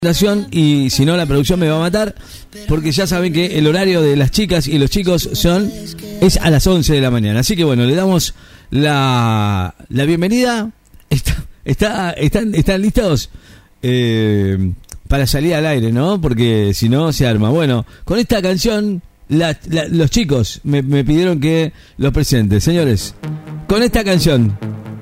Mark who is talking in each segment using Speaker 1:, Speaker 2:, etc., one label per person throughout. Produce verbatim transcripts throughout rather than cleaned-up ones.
Speaker 1: Y si no, la producción me va a matar, porque ya saben que el horario de las chicas y los chicos son es a las once de la mañana. Así que bueno, le damos la, la bienvenida. Está, está, están, ¿Están listos eh, para salir al aire, no? Porque si no, se arma. Bueno, con esta canción, la, la, los chicos me, me pidieron que los presente. Señores, con esta canción.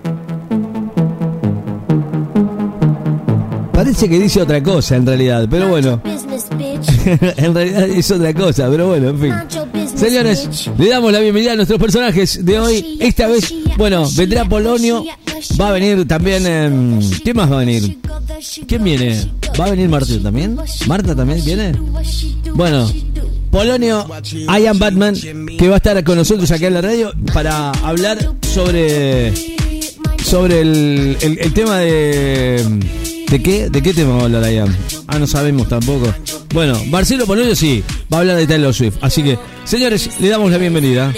Speaker 1: Parece que dice otra cosa en realidad, pero bueno. En realidad es otra cosa, pero bueno, en fin. Señores, le damos la bienvenida a nuestros personajes de hoy. Esta vez, bueno, vendrá Polonio. Va a venir también. Eh, ¿Quién más va a venir? ¿Quién viene? ¿Va a venir Martín también? ¿Marta también viene? Bueno, Polonio, I Am Batman, que va a estar con nosotros acá en la radio para hablar sobre. Sobre el, el, el tema de. ¿De qué? ¿De qué tema va a hablar Ian? Ah, no sabemos tampoco. Bueno, Marcelo Polonio sí, va a hablar de Taylor Swift. Así que, señores, le damos la bienvenida.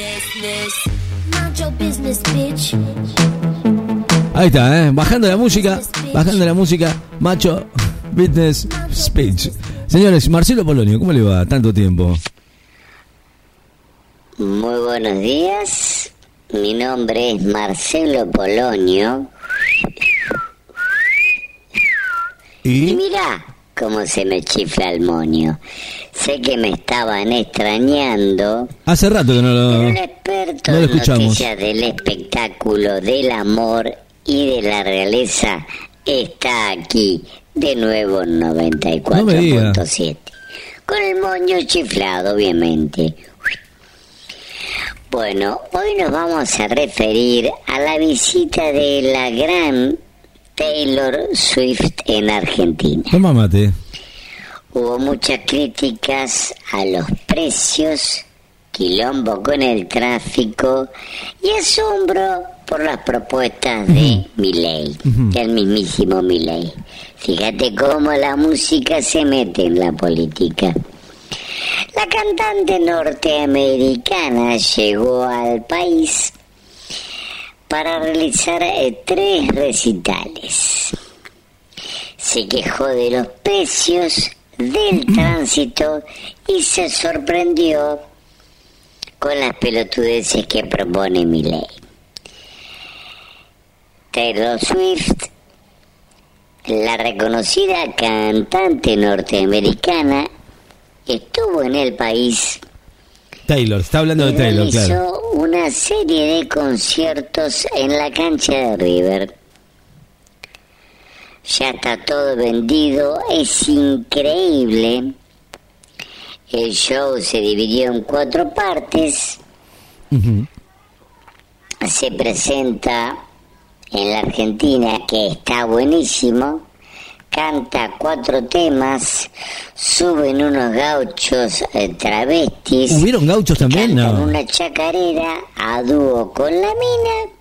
Speaker 1: Ahí está, ¿eh? Bajando la música, bajando la música, Macho Business Speech. Señores, Marcelo Polonio, ¿cómo le va? Tanto tiempo.
Speaker 2: Muy buenos días. Mi nombre es Marcelo Polonio.
Speaker 1: ¿Y?
Speaker 2: Y mirá cómo se me chifla el moño. Sé que me estaban extrañando.
Speaker 1: Hace rato que no lo,
Speaker 2: pero el experto
Speaker 1: no lo
Speaker 2: en
Speaker 1: escuchamos.
Speaker 2: noticias del espectáculo, del amor y de la realeza está aquí de nuevo en noventa y cuatro punto siete. No con el moño chiflado, obviamente. Bueno, hoy nos vamos a referir a la visita de la gran Taylor Swift en Argentina.
Speaker 1: Toma mate.
Speaker 2: Hubo muchas críticas a los precios, quilombo con el tráfico y asombro por las propuestas uh-huh. de Milei, uh-huh. del mismísimo Milei. Fíjate cómo la música se mete en la política. La cantante norteamericana llegó al país para realizar eh, tres recitales. Se quejó de los precios, del tránsito y se sorprendió con las pelotudeces que propone Milei. Taylor Swift, la reconocida cantante norteamericana, estuvo en el país.
Speaker 1: Taylor, está hablando de Taylor,
Speaker 2: hizo
Speaker 1: claro.
Speaker 2: Una serie de conciertos en la cancha de River. Ya está todo vendido, es increíble. El show se dividió en cuatro partes. Uh-huh. Se presenta en la Argentina, que está buenísimo. Canta cuatro temas, suben unos gauchos eh, travestis.
Speaker 1: ¿Hubieron gauchos también?
Speaker 2: Cantan
Speaker 1: No.
Speaker 2: Una chacarera a dúo con la mina.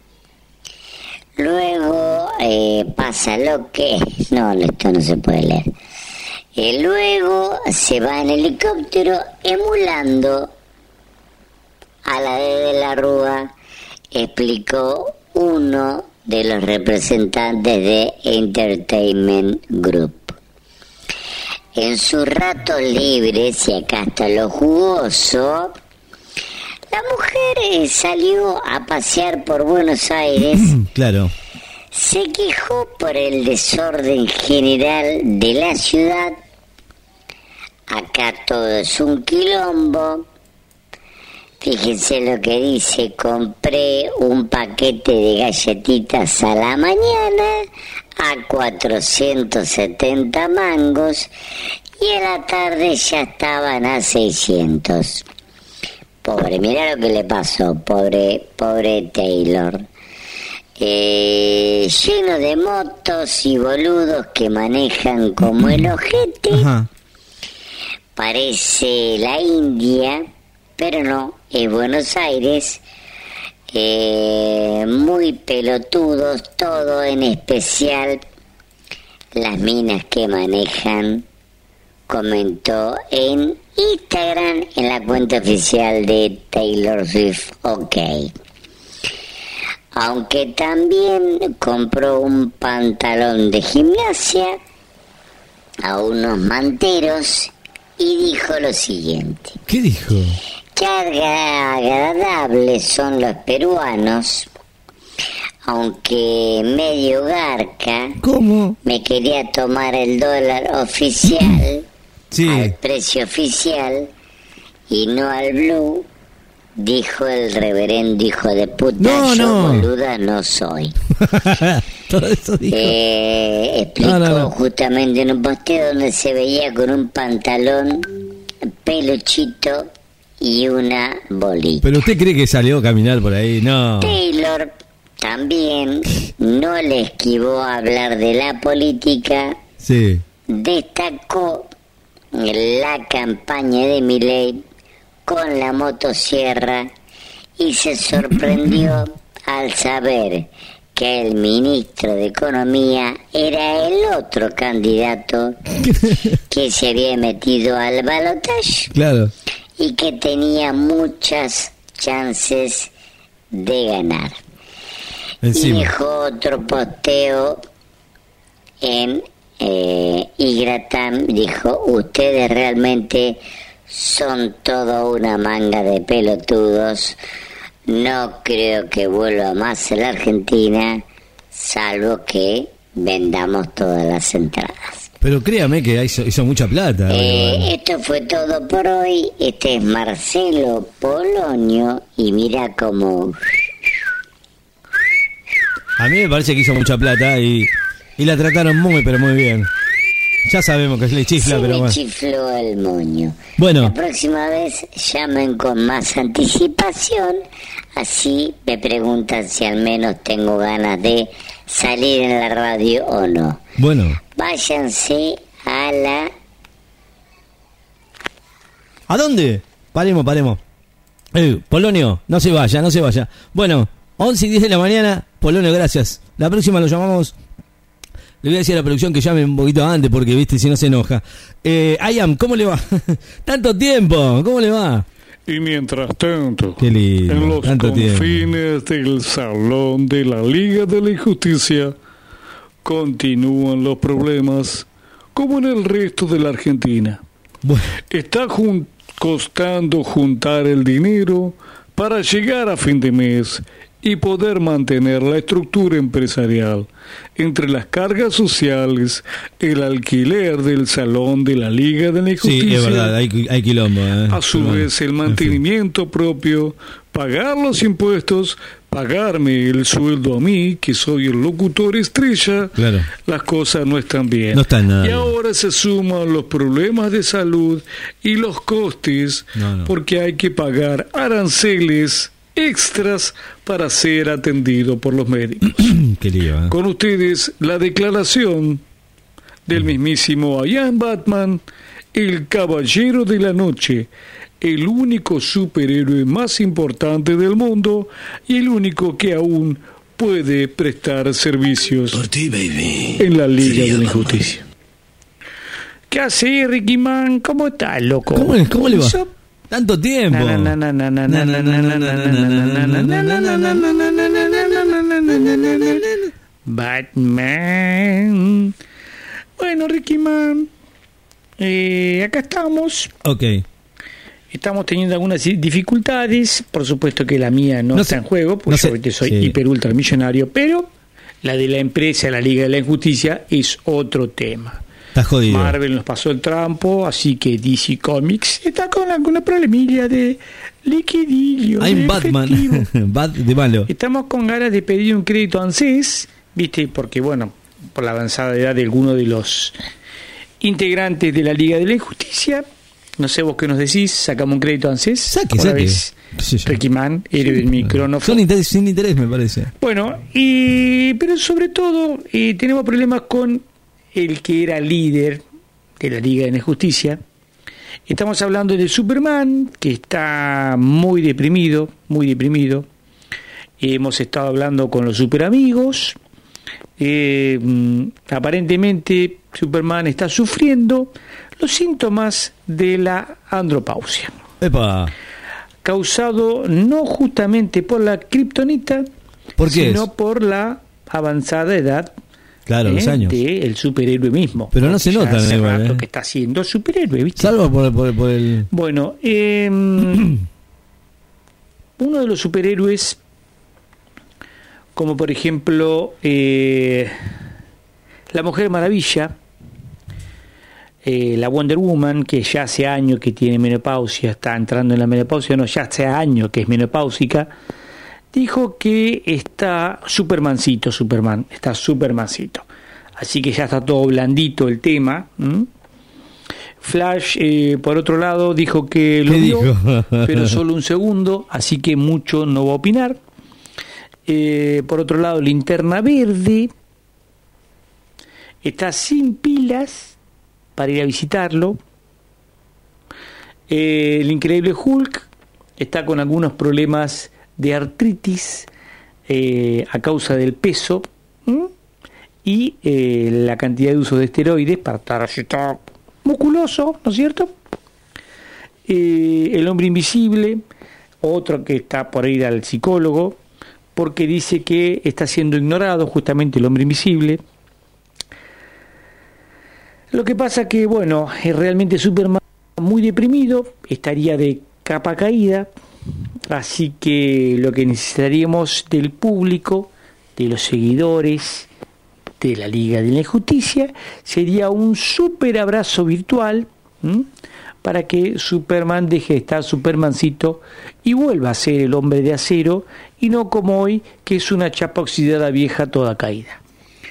Speaker 2: Luego eh, pasa lo que... No, esto no se puede leer. Eh, luego se va en helicóptero emulando a la de, de la Rúa, explicó uno de los representantes de Entertainment Group. En sus ratos libres, y acá está lo jugoso, la mujer salió a pasear por Buenos Aires.
Speaker 1: Claro.
Speaker 2: Se quejó por el desorden general de la ciudad. Acá todo es un quilombo. Fíjense lo que dice: compré un paquete de galletitas a la mañana a cuatrocientos setenta mangos y en la tarde ya estaban a seiscientos. Pobre, mirá lo que le pasó, pobre, pobre Taylor. Eh, lleno de motos y boludos que manejan como el ojete. Ajá. Parece la India, pero no, es Buenos Aires. Eh, muy pelotudos, todo, en especial las minas que manejan, comentó en Instagram, en la cuenta oficial de Taylor Swift, ok. Aunque también compró un pantalón de gimnasia a unos manteros y dijo lo siguiente.
Speaker 1: ¿Qué dijo?
Speaker 2: Qué agradables son los peruanos, aunque medio garca.
Speaker 1: ¿Cómo?
Speaker 2: Me quería tomar el dólar oficial,
Speaker 1: sí,
Speaker 2: al precio oficial y no al blue, dijo el reverendo hijo de puta.
Speaker 1: No,
Speaker 2: yo
Speaker 1: no.
Speaker 2: boluda no soy.
Speaker 1: Todo eso dijo.
Speaker 2: Eh, explicó
Speaker 1: No, no, no.
Speaker 2: justamente en un posteo donde se veía con un pantalón peluchito y una bolita.
Speaker 1: ¿Pero usted cree que salió a caminar por ahí? No.
Speaker 2: Taylor también no le esquivó a hablar de la política.
Speaker 1: Sí.
Speaker 2: Destacó la campaña de Milei con la motosierra y se sorprendió al saber que el ministro de Economía era el otro candidato que se había metido al balotaje.
Speaker 1: Claro.
Speaker 2: Y que tenía muchas chances de ganar.
Speaker 1: Encima.
Speaker 2: Y dejó otro posteo en eh, Igratam, dijo, ustedes realmente son toda una manga de pelotudos, no creo que vuelva más a la Argentina, salvo que vendamos todas las entradas.
Speaker 1: Pero créame que hizo, hizo mucha plata.
Speaker 2: Eh, esto fue todo por hoy. Este es Marcelo Polonio y mira cómo...
Speaker 1: A mí me parece que hizo mucha plata y, y la trataron muy, pero muy bien. Ya sabemos que le chifla,
Speaker 2: Se
Speaker 1: pero
Speaker 2: me
Speaker 1: bueno.
Speaker 2: chifló el moño.
Speaker 1: Bueno.
Speaker 2: La próxima vez llamen con más anticipación, así me preguntan si al menos tengo ganas de salir en la radio o no.
Speaker 1: Bueno.
Speaker 2: Váyanse a la...
Speaker 1: ¿A dónde? Paremos, paremos. Eh, Polonio, no se vaya, no se vaya. Bueno, once y diez de la mañana, Polonio, gracias. La próxima lo llamamos... Le voy a decir a la producción que llame un poquito antes porque, viste, si no se enoja. Eh, Ayam, ¿cómo le va? Tanto tiempo, ¿cómo le va?
Speaker 3: Y mientras tanto,
Speaker 1: Qué lindo,
Speaker 3: en los
Speaker 1: tanto
Speaker 3: confines
Speaker 1: tiempo.
Speaker 3: del salón de la Liga de la Injusticia, continúan los problemas, como en el resto de la Argentina.
Speaker 1: Bueno.
Speaker 3: Está jun- costando juntar el dinero para llegar a fin de mes y poder mantener la estructura empresarial. Entre las cargas sociales, el alquiler del salón de la Liga de la Injusticia,
Speaker 1: Sí, es verdad, hay, hay quilombo. ¿eh?
Speaker 3: a su
Speaker 1: Pero bueno,
Speaker 3: vez el
Speaker 1: en
Speaker 3: mantenimiento
Speaker 1: fin.
Speaker 3: propio, pagar los impuestos, pagarme el sueldo a mí, que soy el locutor estrella,
Speaker 1: Claro.
Speaker 3: las cosas no están bien.
Speaker 1: No están nada
Speaker 3: y
Speaker 1: bien.
Speaker 3: ahora se suman los problemas de salud y los costes,
Speaker 1: No, no.
Speaker 3: porque hay que pagar aranceles extras para ser atendido por los médicos.
Speaker 1: Qué lío, ¿eh?
Speaker 3: Con ustedes la declaración del mismísimo Ian Batman, el caballero de la noche, el único superhéroe más importante del mundo y el único que aún puede prestar servicios
Speaker 4: Por ti, baby.
Speaker 3: en la Liga
Speaker 4: Sería
Speaker 3: de la
Speaker 4: un
Speaker 3: Injusticia. ¿Qué hace, Ricky Man? ¿Cómo estás, loco?
Speaker 1: ¿Cómo, cómo le va?
Speaker 3: Eso-
Speaker 1: Tanto tiempo.
Speaker 3: Batman. Bueno, Ricky Man, eh, acá estamos.
Speaker 1: Ok.
Speaker 3: Estamos teniendo algunas dificultades. Por supuesto que la mía no,
Speaker 1: No
Speaker 3: está
Speaker 1: sé-
Speaker 3: en juego, porque
Speaker 1: no
Speaker 3: yo
Speaker 1: sé-
Speaker 3: ahorita soy
Speaker 1: sí.
Speaker 3: hiper ultra millonario, pero la de la empresa, la Liga de la Injusticia, es otro tema.
Speaker 1: Está jodido.
Speaker 3: Marvel nos pasó el trampo, así que D C Comics está con alguna problemilla de liquidillo.
Speaker 1: I'm
Speaker 3: de
Speaker 1: Batman.
Speaker 3: efectivo.
Speaker 1: Bad de malo.
Speaker 3: Estamos con ganas de pedir un crédito ANSES, ¿viste? Porque, bueno, por la avanzada edad de alguno de los integrantes de la Liga de la Injusticia, no sé vos qué nos decís, sacamos un crédito ANSES.
Speaker 1: Saque,
Speaker 3: Ahora
Speaker 1: saque.
Speaker 3: ves,
Speaker 1: ¿Qué sé yo?
Speaker 3: Ricky Man, héroe del micrófono.
Speaker 1: Son interés, sin interés, me parece.
Speaker 3: Bueno, y, pero sobre todo eh, tenemos problemas con el que era líder de la Liga de la Injusticia. Estamos hablando de Superman, que está muy deprimido, muy deprimido. Hemos estado hablando con los superamigos. Eh, aparentemente Superman está sufriendo los síntomas de la andropausia,
Speaker 1: Epa.
Speaker 3: causado no justamente por la kriptonita,
Speaker 1: ¿Por qué
Speaker 3: sino
Speaker 1: es?
Speaker 3: por la avanzada edad
Speaker 1: Claro,
Speaker 3: ¿eh?
Speaker 1: los años.
Speaker 3: De el superhéroe mismo.
Speaker 1: Pero no se nota,
Speaker 3: hace
Speaker 1: igual,
Speaker 3: rato
Speaker 1: ¿eh?
Speaker 3: que está siendo superhéroe, ¿viste?
Speaker 1: Salvo por, por, por el...
Speaker 3: Bueno, eh, uno de los superhéroes, como por ejemplo eh, la Mujer Maravilla, eh, la Wonder Woman, que ya hace años que tiene menopausia, está entrando en la menopausia, no, ya hace años que es menopáusica, dijo que está supermancito, Superman, está supermancito. Así que ya está todo blandito el tema. ¿m? Flash, eh, por otro lado, dijo que lo vio,
Speaker 1: dijo?
Speaker 3: pero solo un segundo, así que mucho no va a opinar. Eh, por otro lado, Linterna Verde está sin pilas para ir a visitarlo. Eh, el Increíble Hulk está con algunos problemas de artritis eh, a causa del peso ¿m? y eh, la cantidad de uso de esteroides para estar así todo musculoso, ¿no es cierto? Eh, el Hombre Invisible, otro que está por ir al psicólogo porque dice que está siendo ignorado justamente el Hombre Invisible. Lo que pasa que, bueno, es realmente Superman muy deprimido, estaría de capa caída, así que lo que necesitaríamos del público, de los seguidores de la Liga de la Injusticia, sería un super abrazo virtual ¿m? para que Superman deje de estar Supermancito y vuelva a ser el Hombre de Acero y no como hoy, que es una chapa oxidada vieja toda caída.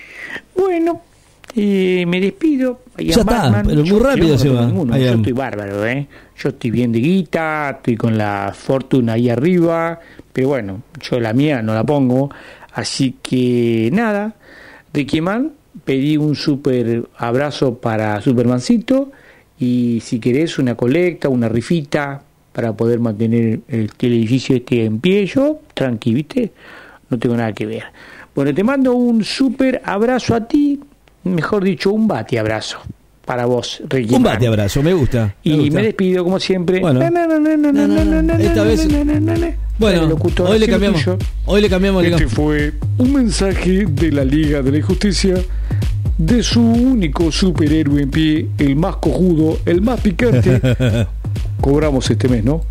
Speaker 3: Bueno, eh, me despido.
Speaker 1: Ya está, Batman, pero muy rápido
Speaker 3: yo,
Speaker 1: se va.
Speaker 3: Ninguno, yo estoy bárbaro, ¿eh? Yo estoy bien de guita, estoy con la fortuna ahí arriba, pero bueno, yo la mía no la pongo, así que nada. Ricky Man, pedí un super abrazo para Supermancito y si querés una colecta, una rifita para poder mantener el, el edificio este en pie, yo tranqui, ¿viste? No tengo nada que ver. Bueno, te mando un super abrazo a ti, mejor dicho, un bate abrazo para vos, Ricky
Speaker 1: Un
Speaker 3: Man.
Speaker 1: bate abrazo, me gusta. Me
Speaker 3: Y
Speaker 1: gusta.
Speaker 3: me despido como siempre.
Speaker 1: Bueno, esta vez... Bueno, hoy le cambiamos. Hoy le cambiamos.
Speaker 3: Este fue un mensaje de la Liga de la Injusticia, de su único superhéroe en pie, el más cojudo, el más picante. Cobramos este mes, ¿no?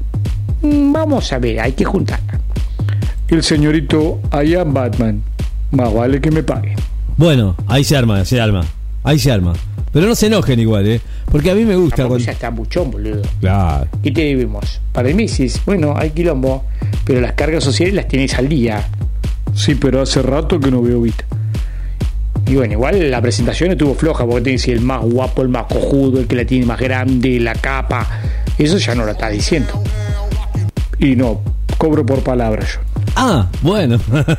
Speaker 3: Vamos a ver, hay que juntar. El señorito I am Batman. Más vale que me pague.
Speaker 1: Bueno, ahí se arma, se arma. Ahí se arma. Pero no se enojen igual, ¿eh? Porque a mí me gusta.
Speaker 3: Cuando...
Speaker 1: Cuando...
Speaker 3: ya está buchón, boludo.
Speaker 1: Claro.
Speaker 3: ¿Qué te debemos? Para meses. Bueno, hay quilombo, pero las cargas sociales las tenés al día. Sí, pero hace rato que no veo Vita. Y bueno, igual la presentación estuvo floja, porque tenés el más guapo, el más cojudo, el que la tiene más grande, la capa. Eso ya no lo está diciendo. Y no, cobro por palabra yo.
Speaker 1: Ah, bueno.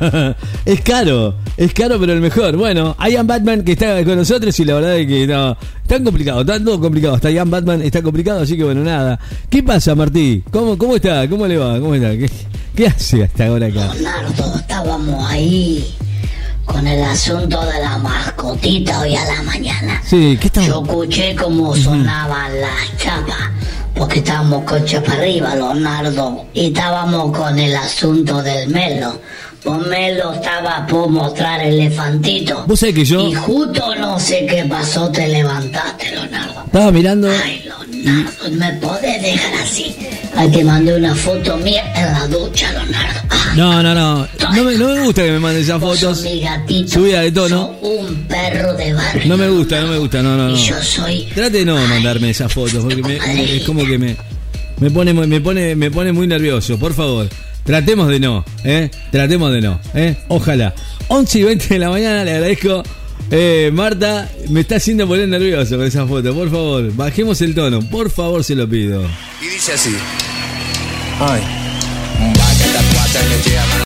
Speaker 1: Es caro, es caro, pero el mejor. Bueno, Ian Batman que está con nosotros y la verdad es que no, tan complicado, tan todo complicado. Hasta Ian Batman está complicado, así que bueno, nada. ¿Qué pasa, Martí? ¿Cómo, cómo está? ¿Cómo le va? ¿Cómo está? ¿Qué, qué hace hasta ahora acá?
Speaker 2: Leonardo, estábamos ahí con el asunto de la mascotita hoy a la mañana.
Speaker 1: Sí, ¿qué estamos?
Speaker 2: Yo escuché cómo sonaban las chapas, porque estábamos con chapa arriba, Leonardo, y estábamos con el asunto del Melo. Vos, Melo, estaba por mostrar el elefantito.
Speaker 1: Vos sabés que yo...
Speaker 2: Y justo no sé qué pasó, te levantaste, Leonardo.
Speaker 1: Estaba mirando...
Speaker 2: Ay, Leonardo, ¿me podés dejar así? Ay, te mandé una foto mía en la ducha, Leonardo. Ay,
Speaker 1: No, no, no. No me, no me gusta que me manden esas
Speaker 2: vos
Speaker 1: fotos.
Speaker 2: sos mi gatito.
Speaker 1: Subida de tono.
Speaker 2: Sos un perro de barrio.
Speaker 1: No me gusta, no me gusta, no, no, no.
Speaker 2: Y yo soy...
Speaker 1: Trate de no mandarme esas fotos, porque me, es como que me, me pone, me pone, me pone muy nervioso. Por favor, tratemos de no, ¿eh? Tratemos de no, ¿eh? Ojalá. once y veinte de la mañana, le agradezco. Eh, Marta, me está haciendo poner nervioso con esa foto. Por favor, bajemos el tono. Por favor, se lo pido.
Speaker 4: Y dice así. Ay.